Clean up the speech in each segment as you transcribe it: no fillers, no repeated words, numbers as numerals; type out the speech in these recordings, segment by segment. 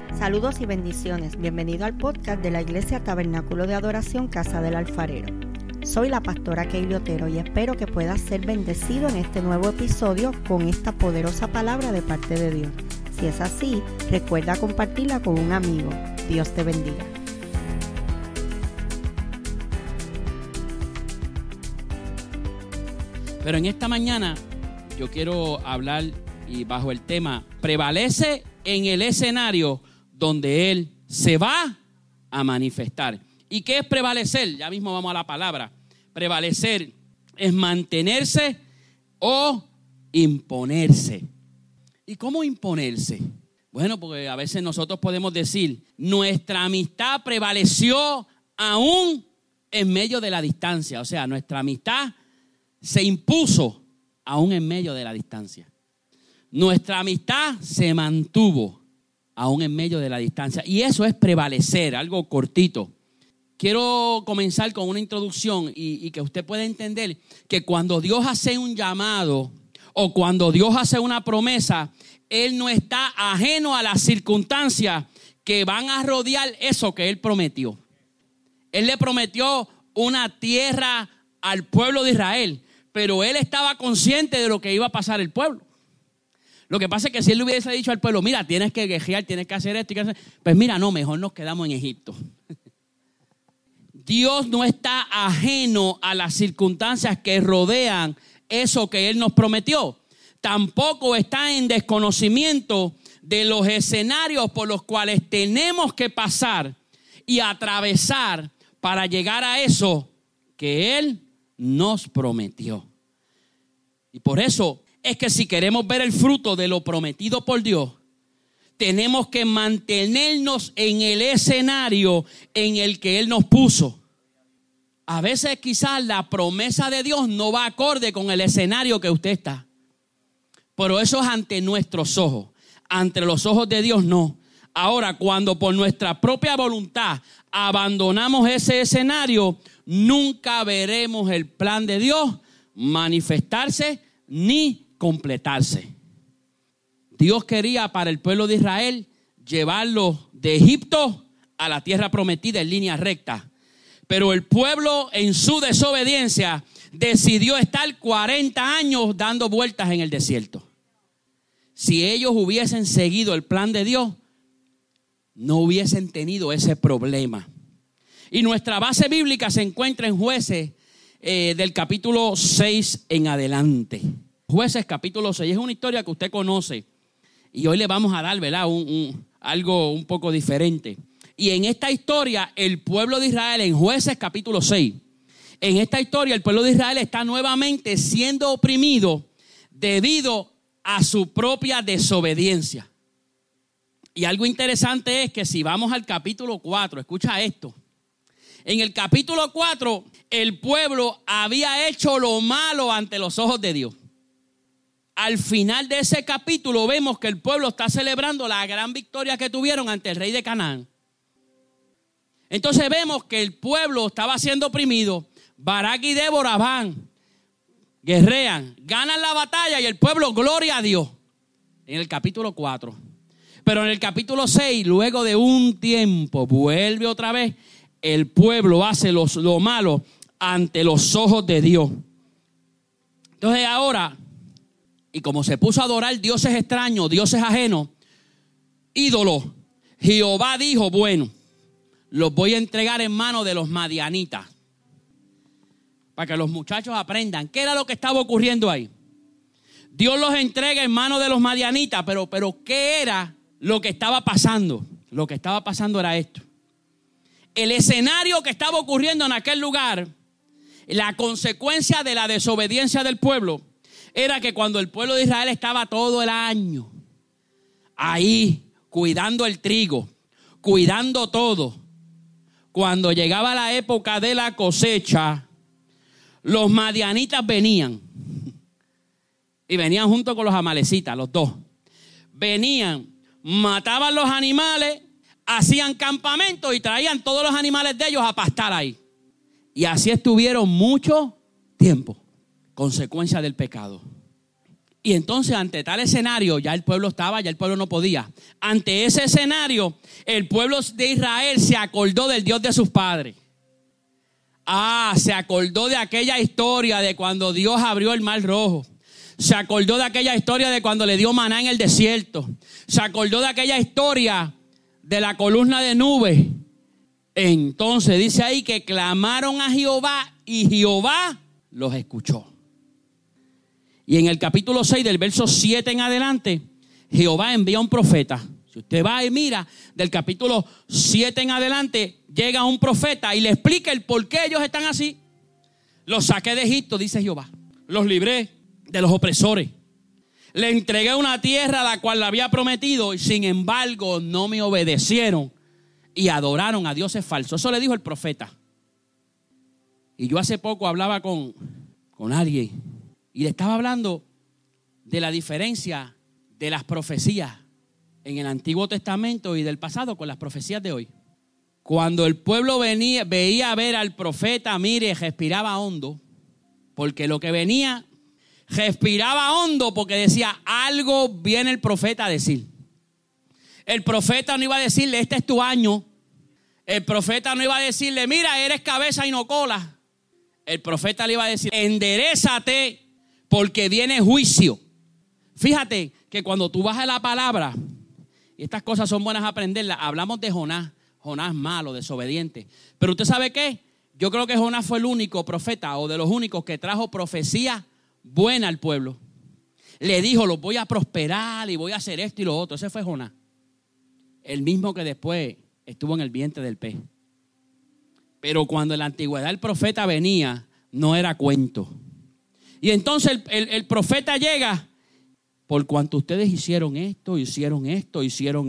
Saludos y bendiciones. Bienvenido al podcast de la Iglesia Tabernáculo de Adoración Casa del Alfarero. Soy la pastora Keili Otero y espero que puedas ser bendecido en este nuevo episodio con esta poderosa palabra de parte de Dios. Si es así, recuerda compartirla con un amigo. Dios te bendiga. Pero en esta mañana yo quiero hablar y bajo el tema prevalece en el escenario donde Él se va a manifestar. ¿Y qué es prevalecer? Ya mismo vamos a la palabra. Prevalecer es mantenerse o imponerse. ¿Y cómo imponerse? Bueno, porque a veces nosotros podemos decir, nuestra amistad prevaleció aún en medio de la distancia. O sea, nuestra amistad se impuso aún en medio de la distancia. Nuestra amistad se mantuvo aún en medio de la distancia. Y eso es prevalecer, algo cortito. Quiero comenzar con una introducción y que usted pueda entender que cuando Dios hace un llamado o cuando Dios hace una promesa, Él no está ajeno a las circunstancias que van a rodear eso que Él prometió. Él le prometió una tierra al pueblo de Israel, pero Él estaba consciente de lo que iba a pasar el pueblo. Lo que pasa es que si Él le hubiese dicho al pueblo, mira, tienes que guerrear, tienes que hacer esto, pues mira, no, mejor nos quedamos en Egipto. Dios no está ajeno a las circunstancias que rodean eso que Él nos prometió. Tampoco está en desconocimiento de los escenarios por los cuales tenemos que pasar y atravesar para llegar a eso que Él nos prometió. Y por eso es que si queremos ver el fruto de lo prometido por Dios, tenemos que mantenernos en el escenario en el que Él nos puso. A veces quizás la promesa de Dios no va acorde con el escenario que usted está. Pero eso es ante nuestros ojos. Ante los ojos de Dios no. Ahora, cuando por nuestra propia voluntad abandonamos ese escenario, nunca veremos el plan de Dios manifestarse ni completarse. Dios quería para el pueblo de Israel llevarlo de Egipto a la tierra prometida en línea recta. Pero el pueblo en su desobediencia decidió estar 40 años dando vueltas en el desierto. Si ellos hubiesen seguido el plan de Dios, no hubiesen tenido ese problema. Y nuestra base bíblica se encuentra en Jueces del capítulo 6 en adelante. Jueces capítulo 6 es una historia que usted conoce. Y hoy le vamos a dar, ¿verdad? Algo un poco diferente. Y en esta historia, el pueblo de Israel, en Jueces capítulo 6, en esta historia el pueblo de Israel está nuevamente siendo oprimido debido a su propia desobediencia. Y algo interesante es que si vamos al capítulo 4, escucha esto. En el capítulo 4, el pueblo había hecho lo malo ante los ojos de Dios. Al final de ese capítulo vemos que el pueblo está celebrando la gran victoria que tuvieron ante el rey de Canaán. Entonces vemos que el pueblo estaba siendo oprimido. Barak y Débora van, guerrean, ganan la batalla y el pueblo, gloria a Dios. En el capítulo 4. Pero en el capítulo 6, luego de un tiempo, vuelve otra vez. El pueblo hace lo malo ante los ojos de Dios. Entonces ahora, y como se puso a adorar dioses extraños, dioses ajenos, ídolos, Jehová dijo, bueno, los voy a entregar en manos de los madianitas. Para que los muchachos aprendan. ¿Qué era lo que estaba ocurriendo ahí? Dios los entrega en manos de los madianitas, pero ¿qué era lo que estaba pasando? Lo que estaba pasando era esto. El escenario que estaba ocurriendo en aquel lugar, la consecuencia de la desobediencia del pueblo, era que cuando el pueblo de Israel estaba todo el año ahí cuidando el trigo, cuidando todo, cuando llegaba la época de la cosecha, los madianitas venían. Y venían junto con los amalecitas, los dos. Venían, mataban los animales, hacían campamento y traían todos los animales de ellos a pastar ahí. Y así estuvieron mucho tiempo, consecuencia del pecado. Y entonces ante tal escenario, ya el pueblo no podía. Ante ese escenario, el pueblo de Israel se acordó del Dios de sus padres. Se acordó de aquella historia de cuando Dios abrió el mar rojo. Se acordó de aquella historia de cuando le dio maná en el desierto. Se acordó de aquella historia de la columna de nube. Entonces dice ahí que clamaron a Jehová y Jehová los escuchó. Y en el capítulo 6 del verso 7 en adelante, Jehová envía un profeta. Si usted va y mira, del capítulo 7 en adelante, llega un profeta y le explica el por qué ellos están así. Los saqué de Egipto, dice Jehová. Los libré de los opresores. Le entregué una tierra a la cual le había prometido y sin embargo no me obedecieron y adoraron a dioses falsos. Eso le dijo el profeta. Y yo hace poco hablaba con alguien y le estaba hablando de la diferencia de las profecías en el Antiguo Testamento y del pasado con las profecías de hoy. Cuando el pueblo veía ver al profeta, mire, respiraba hondo, porque lo que venía, respiraba hondo porque decía, algo viene el profeta a decir. El profeta no iba a decirle, este es tu año. El profeta no iba a decirle, mira, eres cabeza y no cola. El profeta le iba a decir, enderézate porque viene juicio. Fíjate que cuando tú vas a la palabra, y estas cosas son buenas aprenderlas, hablamos de Jonás malo, desobediente. Pero ¿usted sabe qué? Yo creo que Jonás fue el único profeta o de los únicos que trajo profecía buena al pueblo. Le dijo, los voy a prosperar y voy a hacer esto y lo otro. Ese fue Jonás. El mismo que después estuvo en el vientre del pez. Pero cuando en la antigüedad el profeta venía, no era cuento. Y entonces el profeta llega, por cuanto ustedes hicieron esto, esto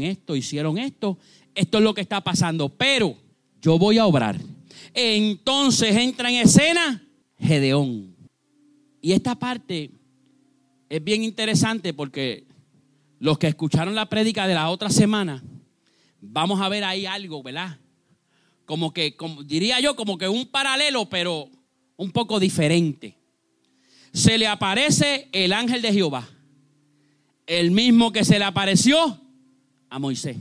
es lo que está pasando. Pero yo voy a obrar. Entonces entra en escena Gedeón. Y esta parte es bien interesante porque los que escucharon la prédica de la otra semana, vamos a ver ahí algo, ¿verdad? Como diría yo, como que un paralelo, pero un poco diferente. Se le aparece el ángel de Jehová, el mismo que se le apareció a Moisés.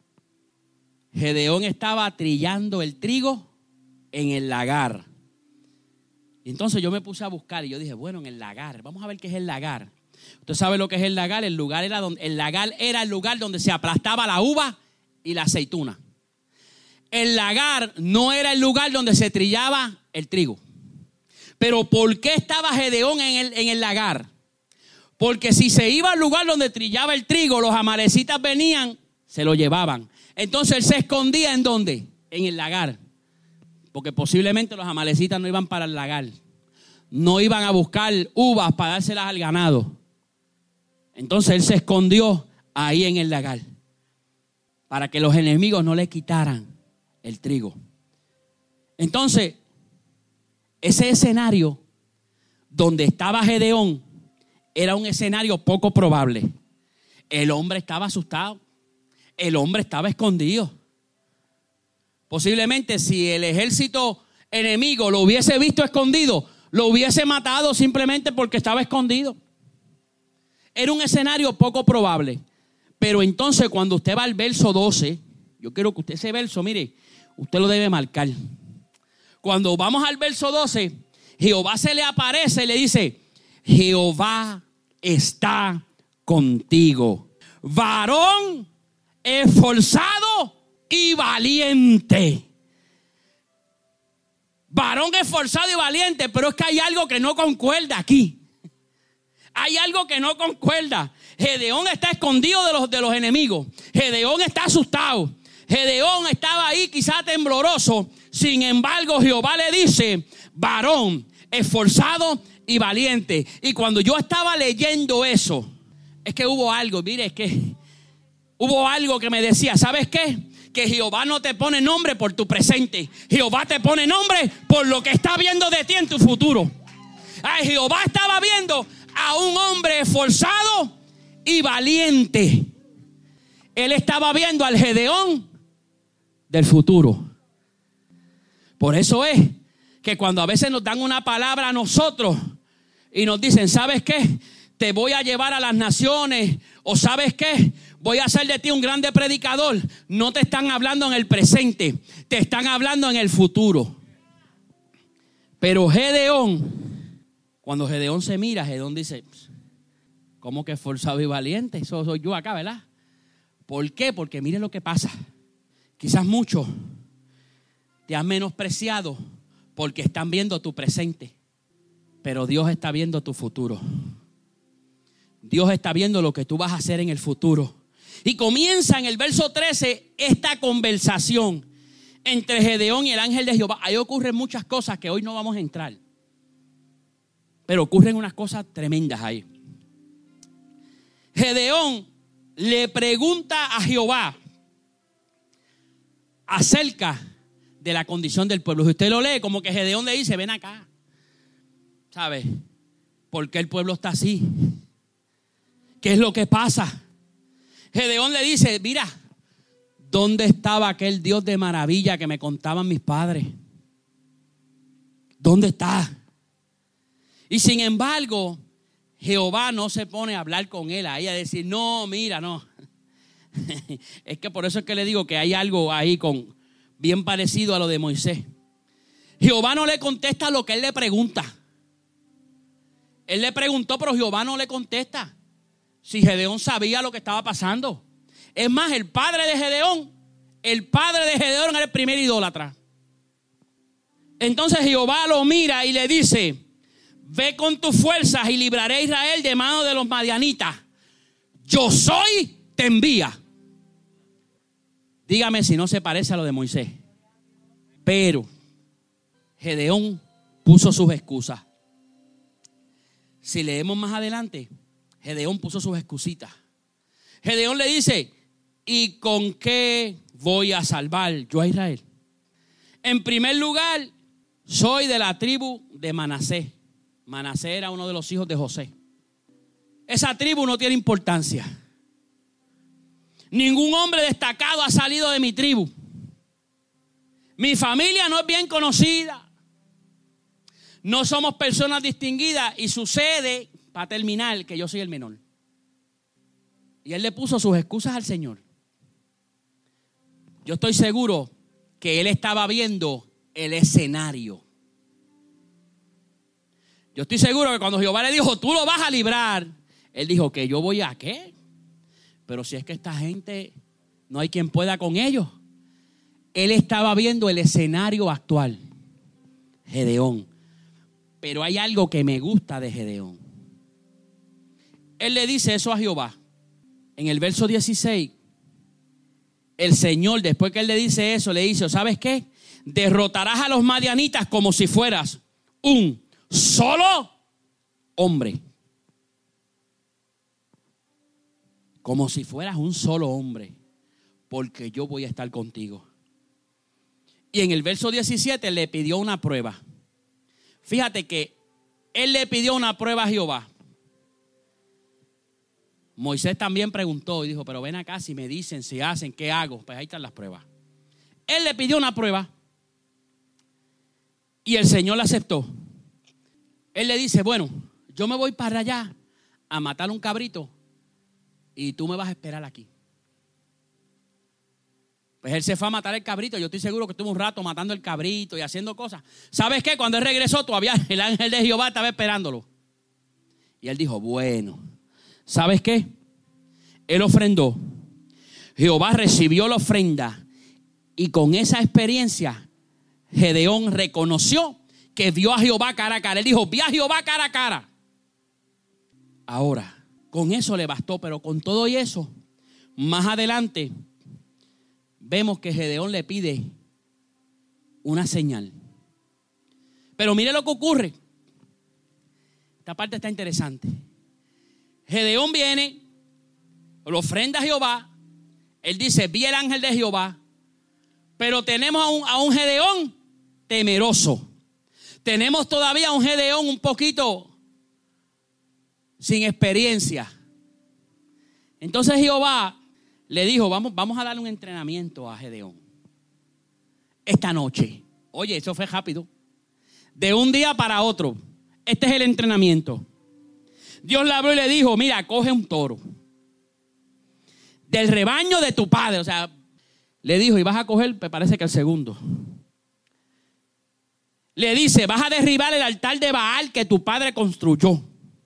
Gedeón estaba trillando el trigo en el lagar. Entonces yo me puse a buscar y yo dije, bueno, en el lagar, vamos a ver qué es el lagar. ¿Usted sabe lo que es el lagar? El lagar era el lugar donde se aplastaba la uva y la aceituna. El lagar no era el lugar donde se trillaba el trigo. Pero ¿por qué estaba Gedeón en el lagar? Porque si se iba al lugar donde trillaba el trigo, los amalecitas venían, se lo llevaban. Entonces él se escondía ¿en dónde? En el lagar. Porque posiblemente los amalecitas no iban para el lagar. No iban a buscar uvas para dárselas al ganado. Entonces él se escondió ahí en el lagar para que los enemigos no le quitaran el trigo. Entonces, ese escenario donde estaba Gedeón era un escenario poco probable. El hombre estaba asustado. El hombre estaba escondido. Posiblemente si el ejército enemigo lo hubiese visto escondido, lo hubiese matado simplemente porque estaba escondido. Era un escenario poco probable. Pero entonces cuando usted va al verso 12, yo quiero que usted ese verso, mire, usted lo debe marcar. Cuando vamos al verso 12, Jehová se le aparece y le dice, Jehová está contigo, varón esforzado y valiente. Varón esforzado y valiente, pero es que hay algo que no concuerda aquí. Hay algo que no concuerda. Gedeón está escondido de los enemigos. Gedeón está asustado. Gedeón estaba ahí quizá tembloroso. Sin embargo, Jehová le dice, varón esforzado y valiente. Y cuando yo estaba leyendo eso, es que hubo algo, mire, es que hubo algo que me decía, ¿sabes qué? Que Jehová no te pone nombre por tu presente. Jehová te pone nombre por lo que está viendo de ti en tu futuro. Jehová estaba viendo a un hombre esforzado y valiente. Él estaba viendo al Gedeón del futuro. Por eso es que cuando a veces nos dan una palabra a nosotros y nos dicen, ¿sabes qué? te voy a llevar a las naciones, o ¿sabes qué? Voy a hacer de ti un grande predicador. No te están hablando en el presente, te están hablando en el futuro. Pero Gedeón, cuando Gedeón se mira, Gedeón dice, ¿cómo que esforzado y valiente? Eso soy yo acá, ¿verdad? ¿Por qué? Porque mire lo que pasa. Quizás muchos te han menospreciado porque están viendo tu presente, pero Dios está viendo tu futuro. Dios está viendo lo que tú vas a hacer en el futuro. Y comienza en el verso 13 esta conversación entre Gedeón y el ángel de Jehová. Ahí ocurren muchas cosas que hoy no vamos a entrar, pero ocurren unas cosas tremendas ahí. Gedeón le pregunta a Jehová acerca de la condición del pueblo. Si usted lo lee, como que Gedeón le dice, ven acá, ¿sabes? ¿Por qué el pueblo está así? ¿Qué es lo que pasa? Gedeón le dice, mira, ¿dónde estaba aquel Dios de maravilla que me contaban mis padres? ¿Dónde está? Y sin embargo, Jehová no se pone a hablar con él, ahí a decir, no, mira, no. Es que por eso es que le digo que hay algo ahí bien parecido a lo de Moisés. Jehová no le contesta lo que él le pregunta. Él le preguntó, pero Jehová no le contesta. Si Gedeón sabía lo que estaba pasando. Es más, el padre de Gedeón era el primer idólatra. Entonces Jehová lo mira y le dice, ve con tus fuerzas y libraré a Israel de mano de los madianitas. Yo soy, te envía. Dígame si no se parece a lo de Moisés. Pero Gedeón puso sus excusas. Si leemos más adelante, Gedeón puso sus excusitas. Gedeón le dice, ¿y con qué voy a salvar yo a Israel? En primer lugar, soy de la tribu de Manasés. Manasés era uno de los hijos de José. Esa tribu no tiene importancia. Ningún hombre destacado ha salido de mi tribu. Mi familia no es bien conocida. No somos personas distinguidas y sucede, para terminar, que yo soy el menor. Y él le puso sus excusas al Señor. Yo estoy seguro que él estaba viendo el escenario. Yo estoy seguro que cuando Jehová le dijo, tú lo vas a librar, él dijo, ¿que yo voy a qué? Pero si es que esta gente, no hay quien pueda con ellos. Él estaba viendo el escenario actual. Gedeón. Pero hay algo que me gusta de Gedeón. Él le dice eso a Jehová. En el verso 16, el Señor, después que él le dice eso, le dice, ¿sabes qué? Derrotarás a los madianitas como si fueras un solo hombre. Como si fueras un solo hombre, porque yo voy a estar contigo. Y en el verso 17 le pidió una prueba. Fíjate que él le pidió una prueba a Jehová. Moisés también preguntó y dijo, pero ven acá, si me dicen, si hacen, ¿qué hago? Pues ahí están las pruebas. Él le pidió una prueba y el Señor la aceptó. Él le dice, bueno, yo me voy para allá a matar un cabrito y tú me vas a esperar aquí. Pues él se fue a matar el cabrito. Yo estoy seguro que estuvo un rato matando el cabrito y haciendo cosas. ¿Sabes qué? Cuando él regresó todavía el ángel de Jehová estaba esperándolo. Y él dijo, bueno, ¿sabes qué? Él ofrendó. Jehová recibió la ofrenda. Y con esa experiencia, Gedeón reconoció que vio a Jehová cara a cara. Él dijo, vi a Jehová cara a cara. Ahora, con eso le bastó. Pero con todo y eso, más adelante, vemos que Gedeón le pide una señal. Pero mire lo que ocurre. Esta parte está interesante. Gedeón viene, lo ofrenda a Jehová. Él dice, vi el ángel de Jehová. Pero tenemos a un Gedeón temeroso. Tenemos todavía a un Gedeón un poquito sin experiencia. Entonces Jehová le dijo, vamos a darle un entrenamiento a Gedeón esta noche. Oye, eso fue rápido. De un día para otro. Este es el entrenamiento. Dios le habló y le dijo, mira, coge un toro del rebaño de tu padre. O sea, le dijo, y vas a coger, me parece que el segundo. Le dice, vas a derribar el altar de Baal que tu padre construyó.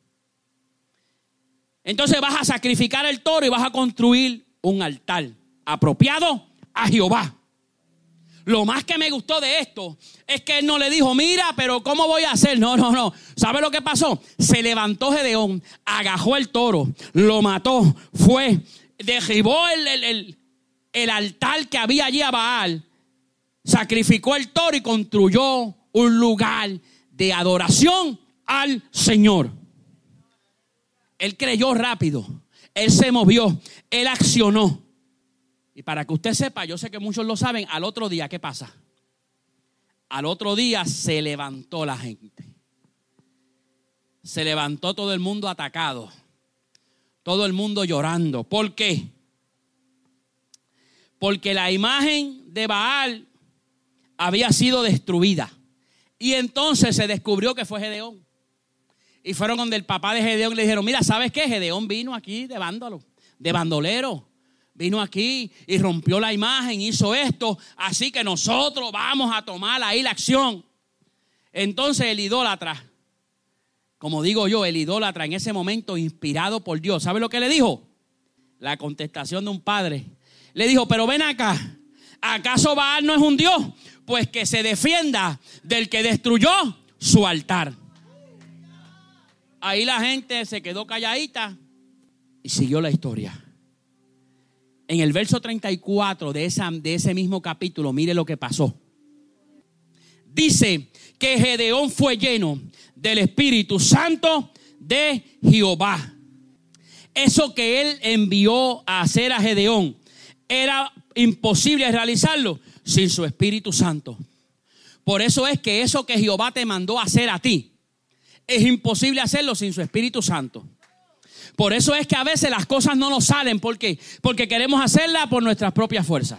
Entonces vas a sacrificar el toro y vas a construir un altar apropiado a Jehová. Lo más que me gustó de esto es que él no le dijo, mira, pero ¿cómo voy a hacer? No. ¿Sabe lo que pasó? Se levantó Gedeón, agajó el toro, lo mató, fue, derribó el altar que había allí a Baal, sacrificó el toro y construyó un lugar de adoración al Señor. Él creyó rápido, él se movió, él accionó. Y para que usted sepa, yo sé que muchos lo saben, al otro día, ¿qué pasa? Al otro día se levantó la gente. Se levantó todo el mundo atacado. Todo el mundo llorando. ¿Por qué? Porque la imagen de Baal había sido destruida. Y entonces se descubrió que fue Gedeón. Y fueron donde el papá de Gedeón y le dijeron, mira, ¿sabes qué? Gedeón vino aquí de vándalo, de bandolero. Vino aquí y rompió la imagen, hizo esto, así que nosotros vamos a tomar ahí la acción. Entonces el idólatra, como digo yo, el idólatra en ese momento inspirado por Dios, ¿sabe lo que le dijo? La contestación de un padre. Le dijo, pero ven acá, ¿acaso Baal no es un Dios? Pues que se defienda del que destruyó su altar. Ahí la gente se quedó calladita y siguió la historia. En el verso 34 de ese mismo capítulo, mire lo que pasó. Dice que Gedeón fue lleno del Espíritu Santo de Jehová. Eso que él envió a hacer a Gedeón era imposible realizarlo sin su Espíritu Santo. Por eso es que eso que Jehová te mandó a hacer a ti, es imposible hacerlo sin su Espíritu Santo. Por eso es que a veces las cosas no nos salen. ¿Por qué? Porque queremos hacerlas por nuestras propias fuerzas.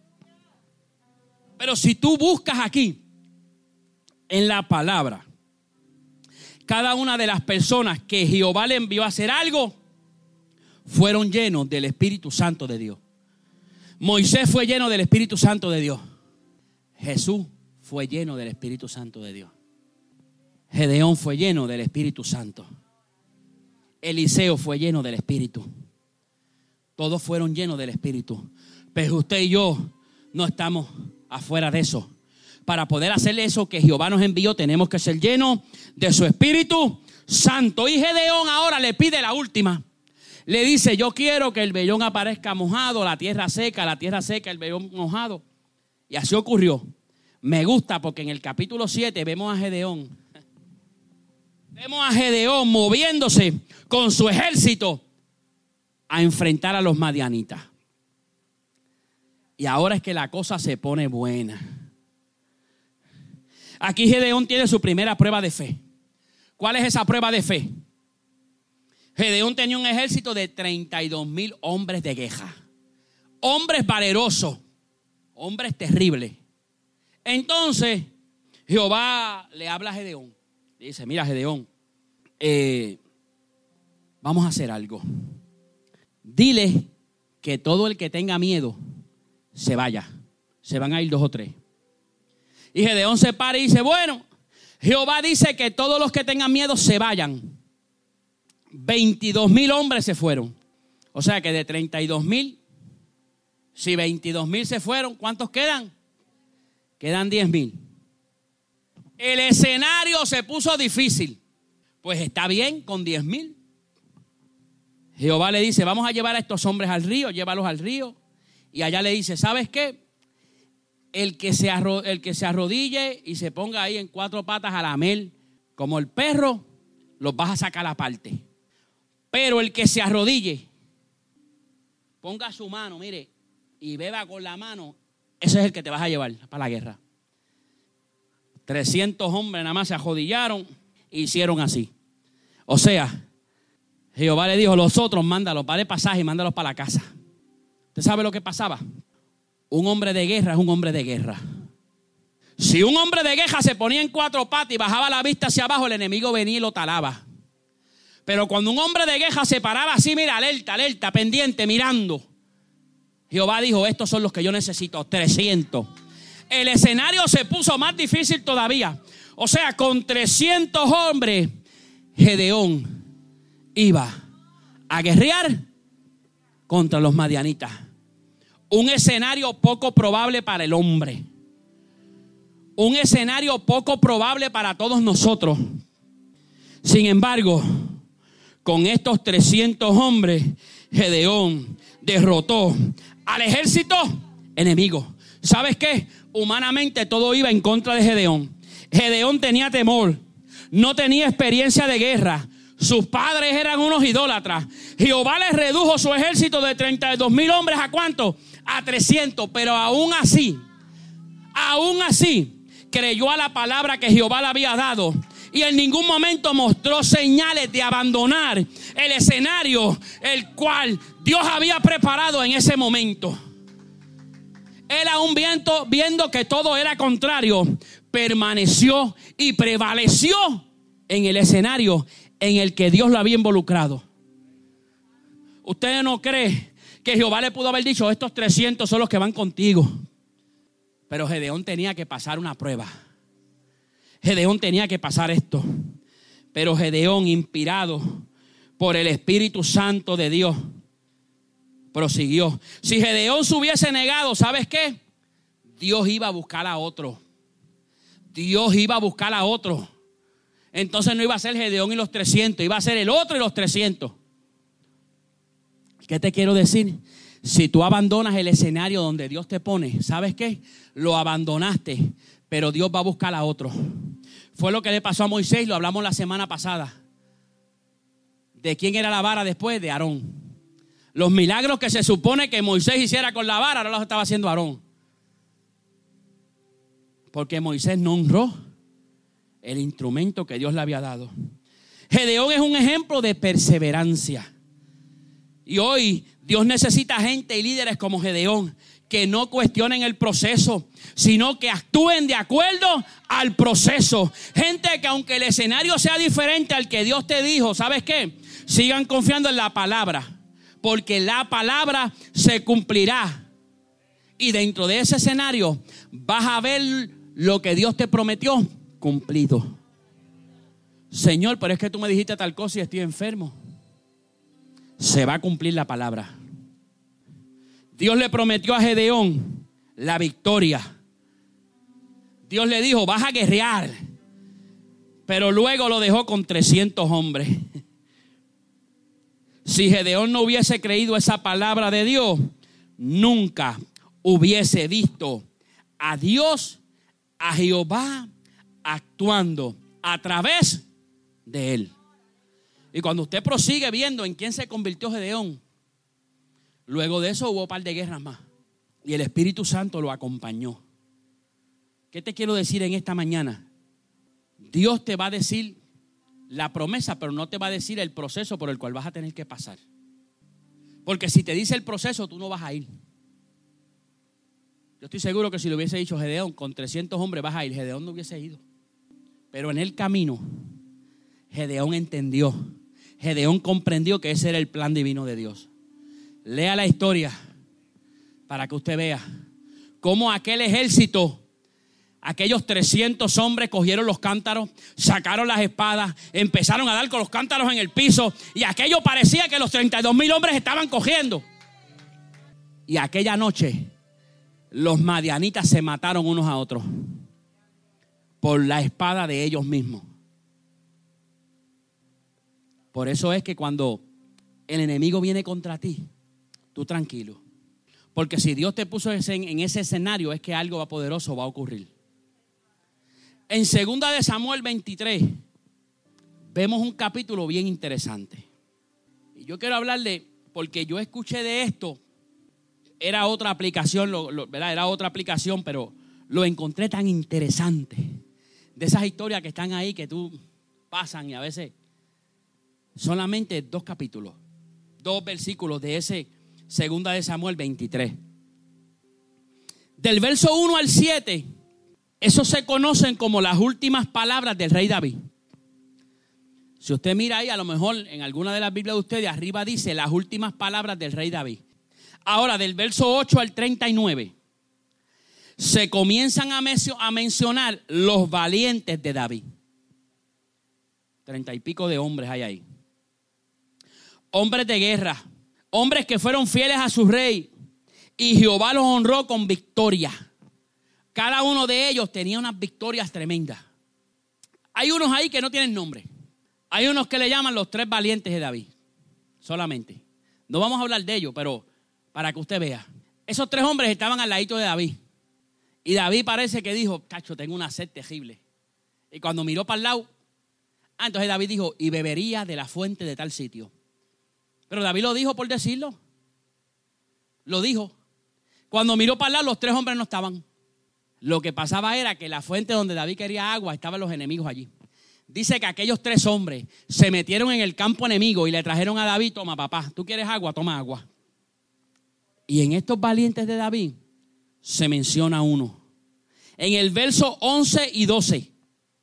Pero si tú buscas aquí, en la palabra, cada una de las personas que Jehová le envió a hacer algo, fueron llenos del Espíritu Santo de Dios. Moisés fue lleno del Espíritu Santo de Dios. Jesús fue lleno del Espíritu Santo de Dios. Gedeón fue lleno del Espíritu Santo. Eliseo fue lleno del Espíritu. Todos fueron llenos del Espíritu. Pero usted y yo no estamos afuera de eso. Para poder hacer eso que Jehová nos envió, tenemos que ser llenos de su Espíritu Santo. Y Gedeón ahora le pide la última. Le dice, yo quiero que el vellón aparezca mojado, la tierra seca, el vellón mojado. Y así ocurrió. Me gusta porque en el capítulo 7 vemos a Gedeón. Vemos a Gedeón moviéndose con su ejército a enfrentar a los madianitas. Y ahora es que la cosa se pone buena. Aquí Gedeón tiene su primera prueba de fe. ¿Cuál es esa prueba de fe? Gedeón tenía un ejército de 32,000 hombres de guerra. Hombres valerosos. Hombres terribles. Entonces, Jehová le habla a Gedeón. Le dice, mira Gedeón, vamos a hacer algo. Dile que todo el que tenga miedo se vaya. Se van a ir 2 o 3. Y Gedeón se para y dice, bueno, Jehová dice que todos los que tengan miedo se vayan. 22,000 hombres se fueron. O sea que de 32,000, si 22,000 se fueron, ¿cuántos quedan? Quedan 10,000. El escenario se puso difícil. Pues está bien con 10,000. Jehová le dice, vamos a llevar a estos hombres al río, llévalos al río. Y allá le dice, ¿sabes qué? El que se arrodille y se ponga ahí en 4 patas a lamer como el perro, los vas a sacar aparte. Pero el que se arrodille, ponga su mano, mire, y beba con la mano, ese es el que te vas a llevar para la guerra. 300 hombres nada más se arrodillaron e hicieron así. O sea, Jehová le dijo, los otros mándalos, vale pasaje y mándalos para la casa. ¿Usted sabe lo que pasaba? Un hombre de guerra es un hombre de guerra. Si un hombre de guerra se ponía en 4 patas y bajaba la vista hacia abajo, el enemigo venía y lo talaba. Pero cuando un hombre de guerra se paraba así, mira, alerta, alerta, pendiente, mirando, Jehová dijo, estos son los que yo necesito, 300. El escenario se puso más difícil todavía. O sea, con 300 hombres, Gedeón iba a guerrear contra los madianitas. Un escenario poco probable para el hombre. Un escenario poco probable para todos nosotros. Sin embargo, con estos 300 hombres, Gedeón derrotó al ejército enemigo. ¿Sabes qué? Humanamente todo iba en contra de Gedeón. Gedeón tenía temor, no tenía experiencia de guerra. Sus padres eran unos idólatras. Jehová les redujo su ejército de 32,000 hombres ¿a cuánto? A 300. Pero aún así, creyó a la palabra que Jehová le había dado. Y en ningún momento mostró señales de abandonar el escenario el cual Dios había preparado en ese momento. Él aún viendo que todo era contrario, permaneció y prevaleció en el escenario en el que Dios lo había involucrado. ¿Usted no cree que Jehová le pudo haber dicho, estos 300 son los que van contigo? Pero Gedeón tenía que pasar una prueba. Gedeón tenía que pasar esto. Pero Gedeón, inspirado por el Espíritu Santo de Dios, prosiguió. Si Gedeón se hubiese negado, ¿sabes qué? Dios iba a buscar a otro. Dios iba a buscar a otro. Entonces no iba a ser Gedeón y los 300, iba a ser el otro y los 300. ¿Qué te quiero decir? Si tú abandonas el escenario donde Dios te pone, ¿sabes qué? Lo abandonaste, pero Dios va a buscar a otro. Fue lo que le pasó a Moisés, lo hablamos la semana pasada. ¿De quién era la vara después? De Aarón. Los milagros que se supone que Moisés hiciera con la vara, ahora los estaba haciendo Aarón. Porque Moisés no honró el instrumento que Dios le había dado. Gedeón es un ejemplo de perseverancia. Y hoy Dios necesita gente y líderes como Gedeón que no cuestionen el proceso, sino que actúen de acuerdo al proceso. Gente que aunque el escenario sea diferente al que Dios te dijo, ¿sabes qué? Sigan confiando en la palabra, porque la palabra se cumplirá. Y dentro de ese escenario vas a ver lo que Dios te prometió cumplido. Señor, pero es que tú me dijiste tal cosa y estoy enfermo. Se va a cumplir la palabra. Dios le prometió a Gedeón la victoria. Dios le dijo, vas a guerrear. Pero luego lo dejó con 300 hombres. Si Gedeón no hubiese creído esa palabra de Dios, nunca hubiese visto a Dios, a Jehová, actuando a través de él. Y cuando usted prosigue viendo en quién se convirtió Gedeón, luego de eso hubo un par de guerras más. Y el Espíritu Santo lo acompañó. ¿Qué te quiero decir en esta mañana? Dios te va a decir la promesa, pero no te va a decir el proceso por el cual vas a tener que pasar. Porque si te dice el proceso, tú no vas a ir. Yo estoy seguro que si le hubiese dicho Gedeón, con 300 hombres vas a ir, Gedeón no hubiese ido. Pero en el camino, Gedeón entendió. Gedeón comprendió que ese era el plan divino de Dios. Lea la historia para que usted vea cómo aquel ejército, aquellos 300 hombres cogieron los cántaros, sacaron las espadas, empezaron a dar con los cántaros en el piso y aquello parecía que los 32,000 hombres estaban cogiendo. Y aquella noche los madianitas se mataron unos a otros por la espada de ellos mismos. Por eso es que cuando el enemigo viene contra ti, tú tranquilo. Porque si Dios te puso en ese escenario, es que algo poderoso va a ocurrir. En 2 de Samuel 23, vemos un capítulo bien interesante. Y yo quiero hablarle, porque yo escuché de esto, era otra aplicación, ¿verdad? Era otra aplicación, pero lo encontré tan interesante. De esas historias que están ahí, que tú pasan y a veces solamente 2 capítulos, 2 versículos de ese 2 de Samuel 23. Del verso 1 al 7, esos se conocen como las últimas palabras del rey David. Si usted mira ahí, a lo mejor en alguna de las Biblias de ustedes, arriba dice las últimas palabras del rey David. Ahora, del verso 8 al 39, se comienzan a mencionar los valientes de David. 30 y pico de hombres hay ahí. Hombres de guerra, hombres que fueron fieles a su rey y Jehová los honró con victoria. Cada uno de ellos tenía unas victorias tremendas. Hay unos ahí que no tienen nombre. Hay unos que le llaman los 3 valientes de David, solamente. No vamos a hablar de ellos, pero para que usted vea. Esos 3 hombres estaban al ladito de David. Y David parece que dijo, cacho, tengo una sed terrible. Y cuando miró para el lado, entonces David dijo, y bebería de la fuente de tal sitio. Pero David lo dijo por decirlo. Lo dijo. Cuando miró para el lado, los 3 hombres no estaban. Lo que pasaba era que la fuente donde David quería agua, estaban los enemigos allí. Dice que aquellos 3 hombres se metieron en el campo enemigo y le trajeron a David, toma papá, ¿tú quieres agua? Toma agua. Y en estos valientes de David se menciona uno. En el verso 11 y 12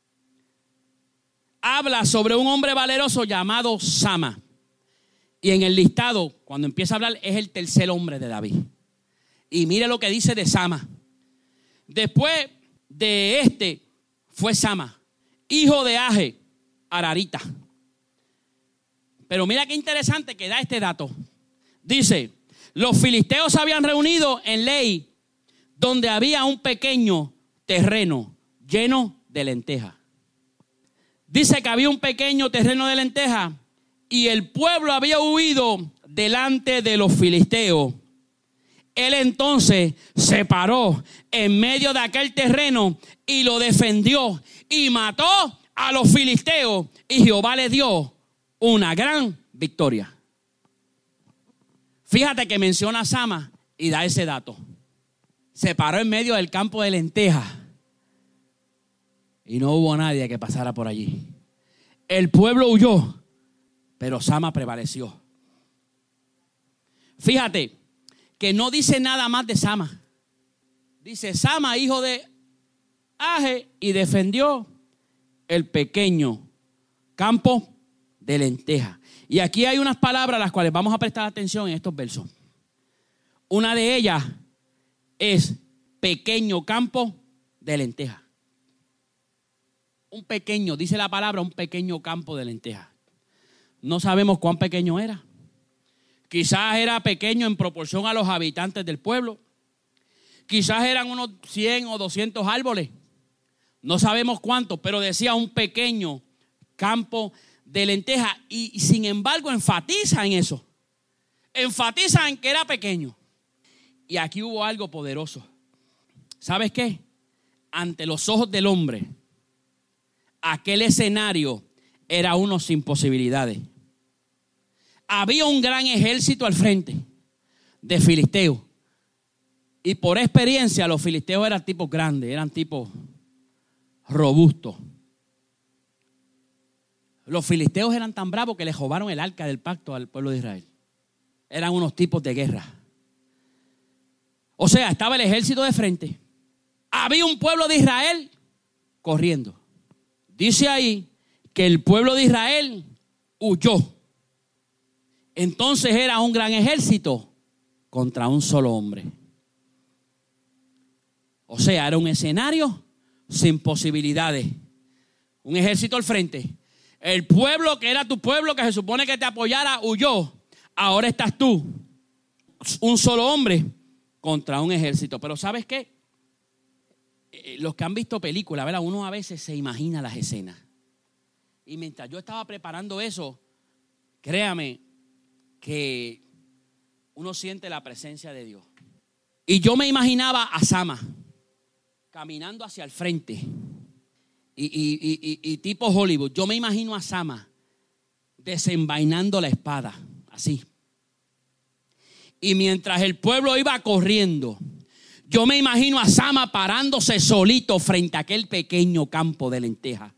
habla sobre un hombre valeroso llamado Sama. Y en el listado, cuando empieza a hablar, es el 3er hombre de David. Y mire lo que dice de Sama. Después de este fue Sama, hijo de Age, Ararita. Pero mira qué interesante que da este dato. Dice, los filisteos se habían reunido en Lei, donde había un pequeño terreno lleno de lentejas. Dice que había un pequeño terreno de lentejas y el pueblo había huido delante de los filisteos. Él entonces se paró en medio de aquel terreno y lo defendió y mató a los filisteos y Jehová le dio una gran victoria. Fíjate que menciona a Sama y da ese dato. Se paró en medio del campo de lentejas y no hubo nadie que pasara por allí. El pueblo huyó, pero Sama prevaleció. Fíjate que no dice nada más de Sama. Dice Sama, hijo de Age, y defendió el pequeño campo de lentejas. Y aquí hay unas palabras a las cuales vamos a prestar atención en estos versos. Una de ellas es pequeño campo de lentejas. Un pequeño, dice la palabra, un pequeño campo de lentejas. No sabemos cuán pequeño era. Quizás era pequeño en proporción a los habitantes del pueblo. Quizás eran unos 100 o 200 árboles. No sabemos cuántos, pero decía un pequeño campo de lentejas. Y sin embargo enfatiza en eso. Enfatiza en que era pequeño. Y aquí hubo algo poderoso. ¿Sabes qué? Ante los ojos del hombre, aquel escenario era uno sin posibilidades. Había un gran ejército al frente de filisteos. Y por experiencia los filisteos eran tipos grandes, eran tipos robustos. Los filisteos eran tan bravos que le robaron el arca del pacto al pueblo de Israel. Eran unos tipos de guerra. O sea, estaba el ejército de frente. Había un pueblo de Israel corriendo. Dice ahí que el pueblo de Israel huyó. Entonces era un gran ejército contra un solo hombre. O sea, era un escenario sin posibilidades. Un ejército al frente. El pueblo que era tu pueblo, que se supone que te apoyara, huyó. Ahora estás tú, un solo hombre contra un ejército. Pero ¿sabes qué? Los que han visto películas, ¿verdad? Uno a veces se imagina las escenas. Y mientras yo estaba preparando eso, créame que uno siente la presencia de Dios. Y yo me imaginaba a Sama caminando hacia el frente. Y tipo Hollywood, yo me imagino a Sama desenvainando la espada, así. Y mientras el pueblo iba corriendo, yo me imagino a Sama parándose solito frente a aquel pequeño campo de lentejas,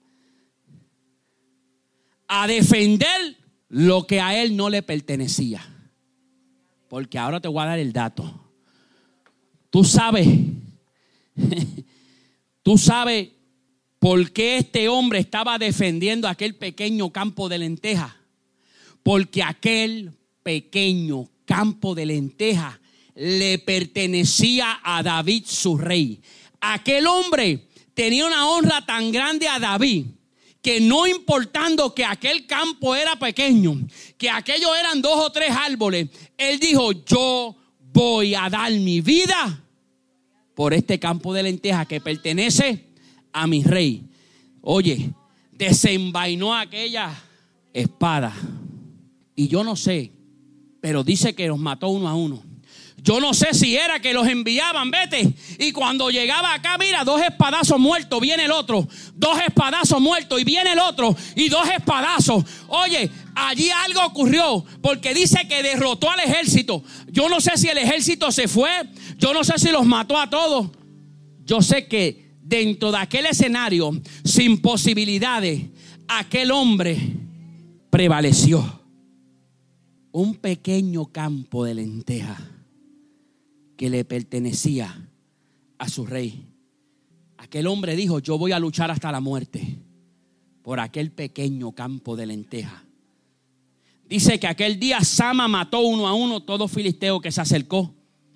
a defender lo que a él no le pertenecía. Porque ahora te voy a dar el dato. Tú sabes ¿Por qué este hombre estaba defendiendo aquel pequeño campo de lentejas? Porque aquel pequeño campo de lentejas le pertenecía a David, su rey. Aquel hombre tenía una honra tan grande a David que no importando que aquel campo era pequeño, que aquellos eran 2 o 3 árboles, él dijo: yo voy a dar mi vida por este campo de lentejas que pertenece a mi rey. Oye, desenvainó aquella espada. Y yo no sé, pero dice que los mató uno a uno. Yo no sé si era que los enviaban, vete. Y cuando llegaba acá, mira, 2 espadazos muertos, viene el otro. 2 espadazos muertos y viene el otro. Y 2 espadazos. Oye, allí algo ocurrió. Porque dice que derrotó al ejército. Yo no sé si el ejército se fue. Yo no sé si los mató a todos. Yo sé que dentro de aquel escenario, sin posibilidades, aquel hombre prevaleció. Un pequeño campo de lentejas que le pertenecía a su rey. Aquel hombre dijo: yo voy a luchar hasta la muerte por aquel pequeño campo de lentejas. Dice que aquel día Sama mató uno a uno todo filisteo que se acercó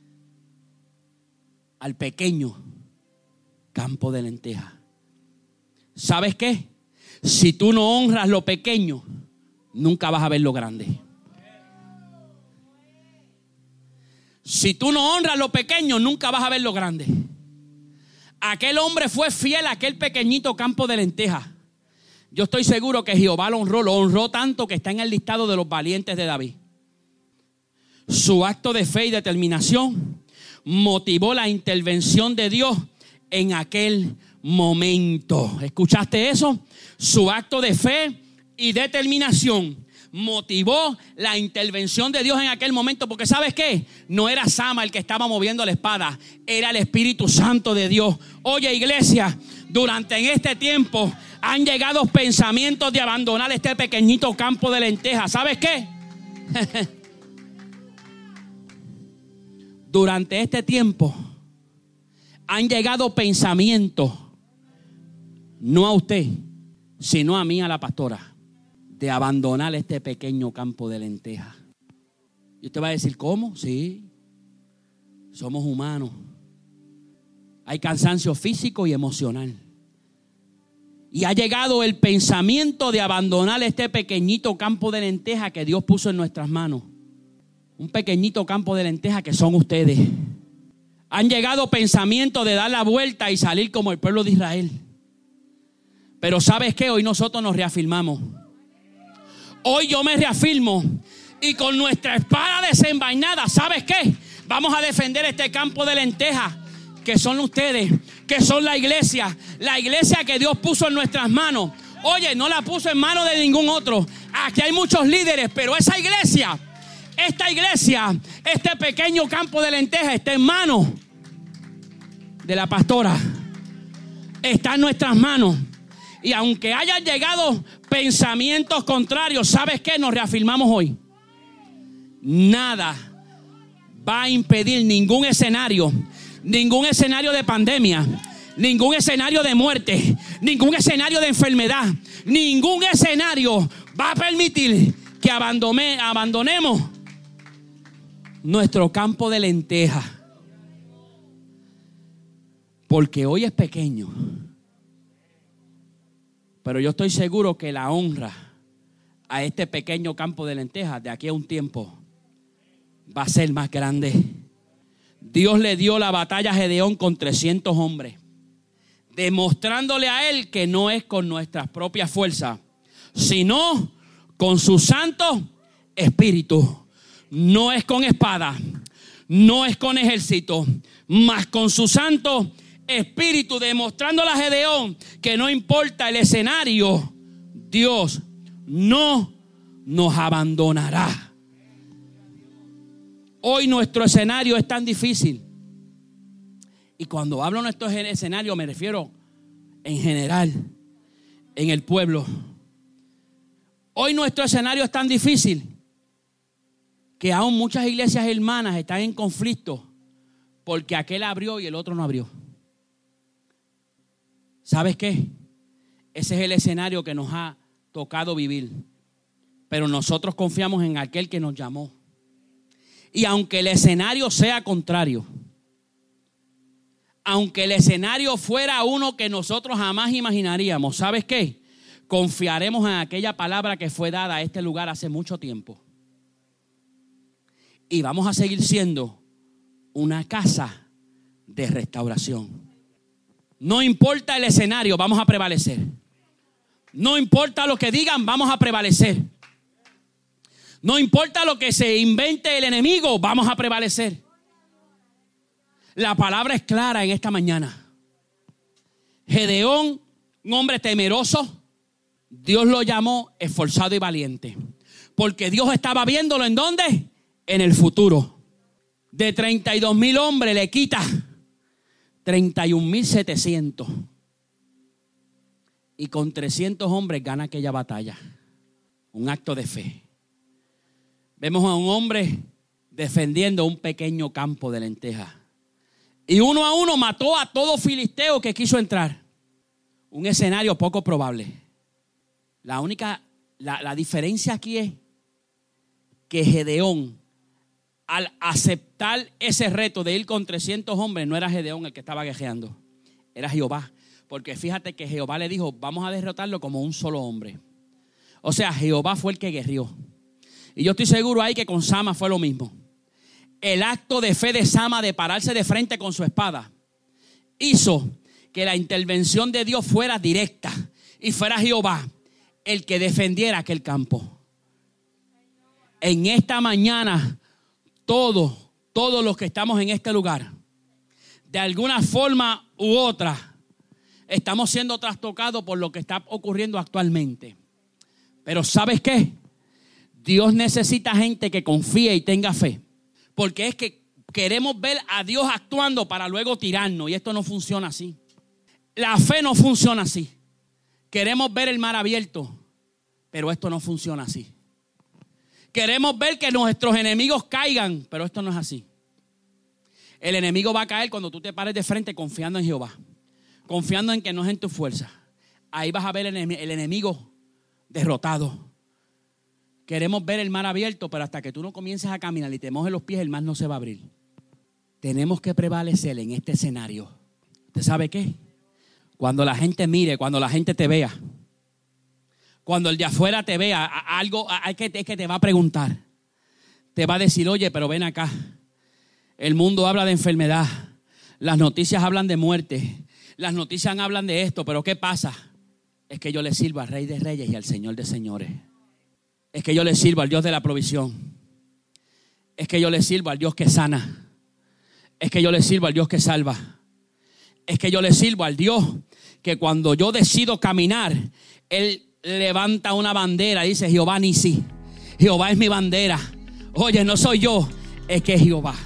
al pequeño campo de lentejas. ¿Sabes qué? Si tú no honras lo pequeño, nunca vas a ver lo grande. Si tú no honras lo pequeño, nunca vas a ver lo grande. Aquel hombre fue fiel a aquel pequeñito campo de lentejas. Yo estoy seguro que Jehová lo honró tanto que está en el listado de los valientes de David. Su acto de fe y determinación motivó la intervención de Dios en aquel momento. ¿Escuchaste eso? Su acto de fe y determinación motivó la intervención de Dios en aquel momento, porque ¿sabes qué? No era Sama el que estaba moviendo la espada, era el Espíritu Santo de Dios. Oye, iglesia, durante en este tiempo han llegado pensamientos de abandonar este pequeñito campo de lentejas. ¿Sabes qué? Durante este tiempo han llegado pensamientos, no a usted, sino a mí, a la pastora, de abandonar este pequeño campo de lentejas. Y usted va a decir: ¿cómo? Sí, somos humanos. Hay cansancio físico y emocional. Y ha llegado el pensamiento de abandonar este pequeñito campo de lentejas que Dios puso en nuestras manos. Un pequeñito campo de lentejas que son ustedes. Han llegado pensamientos de dar la vuelta y salir como el pueblo de Israel. Pero ¿sabes qué? Hoy nosotros nos reafirmamos. Hoy yo me reafirmo y con nuestra espada desenvainada, ¿sabes qué? Vamos a defender este campo de lentejas que son ustedes, que son la iglesia que Dios puso en nuestras manos. Oye, no la puso en manos de ningún otro. Aquí hay muchos líderes, pero esta iglesia, este pequeño campo de lentejas está en manos de la pastora. Está en nuestras manos. Y aunque hayan llegado pensamientos contrarios, ¿sabes qué? Nos reafirmamos hoy. Nada va a impedir ningún escenario de pandemia, ningún escenario de muerte, ningún escenario de enfermedad, ningún escenario va a permitir que abandonemos nuestro campo de lentejas. Porque hoy es pequeño. Pero yo estoy seguro que la honra a este pequeño campo de lentejas de aquí a un tiempo va a ser más grande. Dios le dio la batalla a Gedeón con 300 hombres, demostrándole a él que no es con nuestras propias fuerzas, sino con su Santo Espíritu. No es con espada, no es con ejército, mas con su Santo Espíritu, demostrándole a Gedeón que no importa el escenario, Dios no nos abandonará. Hoy nuestro escenario es tan difícil. Y cuando hablo de nuestro escenario me refiero en general, en el pueblo. Hoy nuestro escenario es tan difícil que aún muchas iglesias hermanas están en conflicto porque aquel abrió y el otro no abrió. ¿Sabes qué? Ese es el escenario que nos ha tocado vivir. Pero nosotros confiamos en aquel que nos llamó. Y aunque el escenario sea contrario, aunque el escenario fuera uno que nosotros jamás imaginaríamos, ¿sabes qué? Confiaremos en aquella palabra que fue dada a este lugar hace mucho tiempo. Y vamos a seguir siendo una casa de restauración. No importa el escenario, vamos a prevalecer. No importa lo que digan, vamos a prevalecer. No importa lo que se invente el enemigo, vamos a prevalecer. La palabra es clara en esta mañana. Gedeón, un hombre temeroso, Dios lo llamó esforzado y valiente. Porque Dios estaba viéndolo ¿en dónde? En el futuro. De 32,000 hombres le quita 31,700. Y con 300 hombres gana aquella batalla. Un acto de fe. Vemos a un hombre defendiendo un pequeño campo de lentejas. Y uno a uno mató a todo filisteo que quiso entrar. Un escenario poco probable. La diferencia aquí es que Gedeón, al aceptar ese reto de ir con 300 hombres, no era Gedeón el que estaba guerreando, era Jehová. Porque fíjate que Jehová le dijo, vamos a derrotarlo como un solo hombre. O sea, Jehová fue el que guerrió. Y yo estoy seguro ahí que con Sama fue lo mismo. El acto de fe de Sama de pararse de frente con su espada hizo que la intervención de Dios fuera directa y fuera Jehová el que defendiera aquel campo. En esta mañana, todos los que estamos en este lugar, de alguna forma u otra, estamos siendo trastocados por lo que está ocurriendo actualmente. Pero ¿sabes qué? Dios necesita gente que confíe y tenga fe. Porque es que queremos ver a Dios actuando para luego tirarnos. Y esto no funciona así. La fe no funciona así. Queremos ver el mar abierto. Pero esto no funciona así. Queremos ver que nuestros enemigos caigan. Pero esto no es así. El enemigo va a caer cuando tú te pares de frente confiando en Jehová. Confiando en que no es en tu fuerza. Ahí vas a ver el enemigo derrotado. Queremos ver el mar abierto, pero hasta que tú no comiences a caminar y te mojes los pies, el mar no se va a abrir. Tenemos que prevalecer en este escenario. ¿Usted sabe qué? Cuando la gente mire, cuando la gente te vea, cuando el de afuera te vea, algo es que te va a preguntar. Te va a decir, oye, pero ven acá. El mundo habla de enfermedad. Las noticias hablan de muerte. Las noticias hablan de esto, pero ¿qué pasa? Es que yo le sirvo al Rey de Reyes y al Señor de Señores. Es que yo le sirvo al Dios de la provisión. Es que yo le sirvo al Dios que sana. Es que yo le sirvo al Dios que salva. Es que yo le sirvo al Dios que cuando yo decido caminar, Él levanta una bandera y dice, Jehová Nisi. Jehová es mi bandera. Oye, no soy yo, es que es Jehová.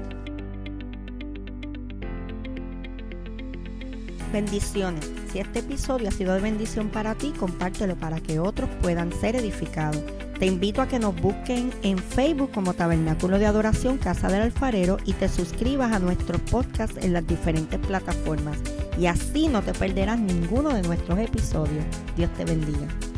Bendiciones. Si este episodio ha sido de bendición para ti, compártelo para que otros puedan ser edificados. Te invito a que nos busquen en Facebook como Tabernáculo de Adoración Casa del Alfarero y te suscribas a nuestros podcasts en las diferentes plataformas. Y así no te perderás ninguno de nuestros episodios. Dios te bendiga.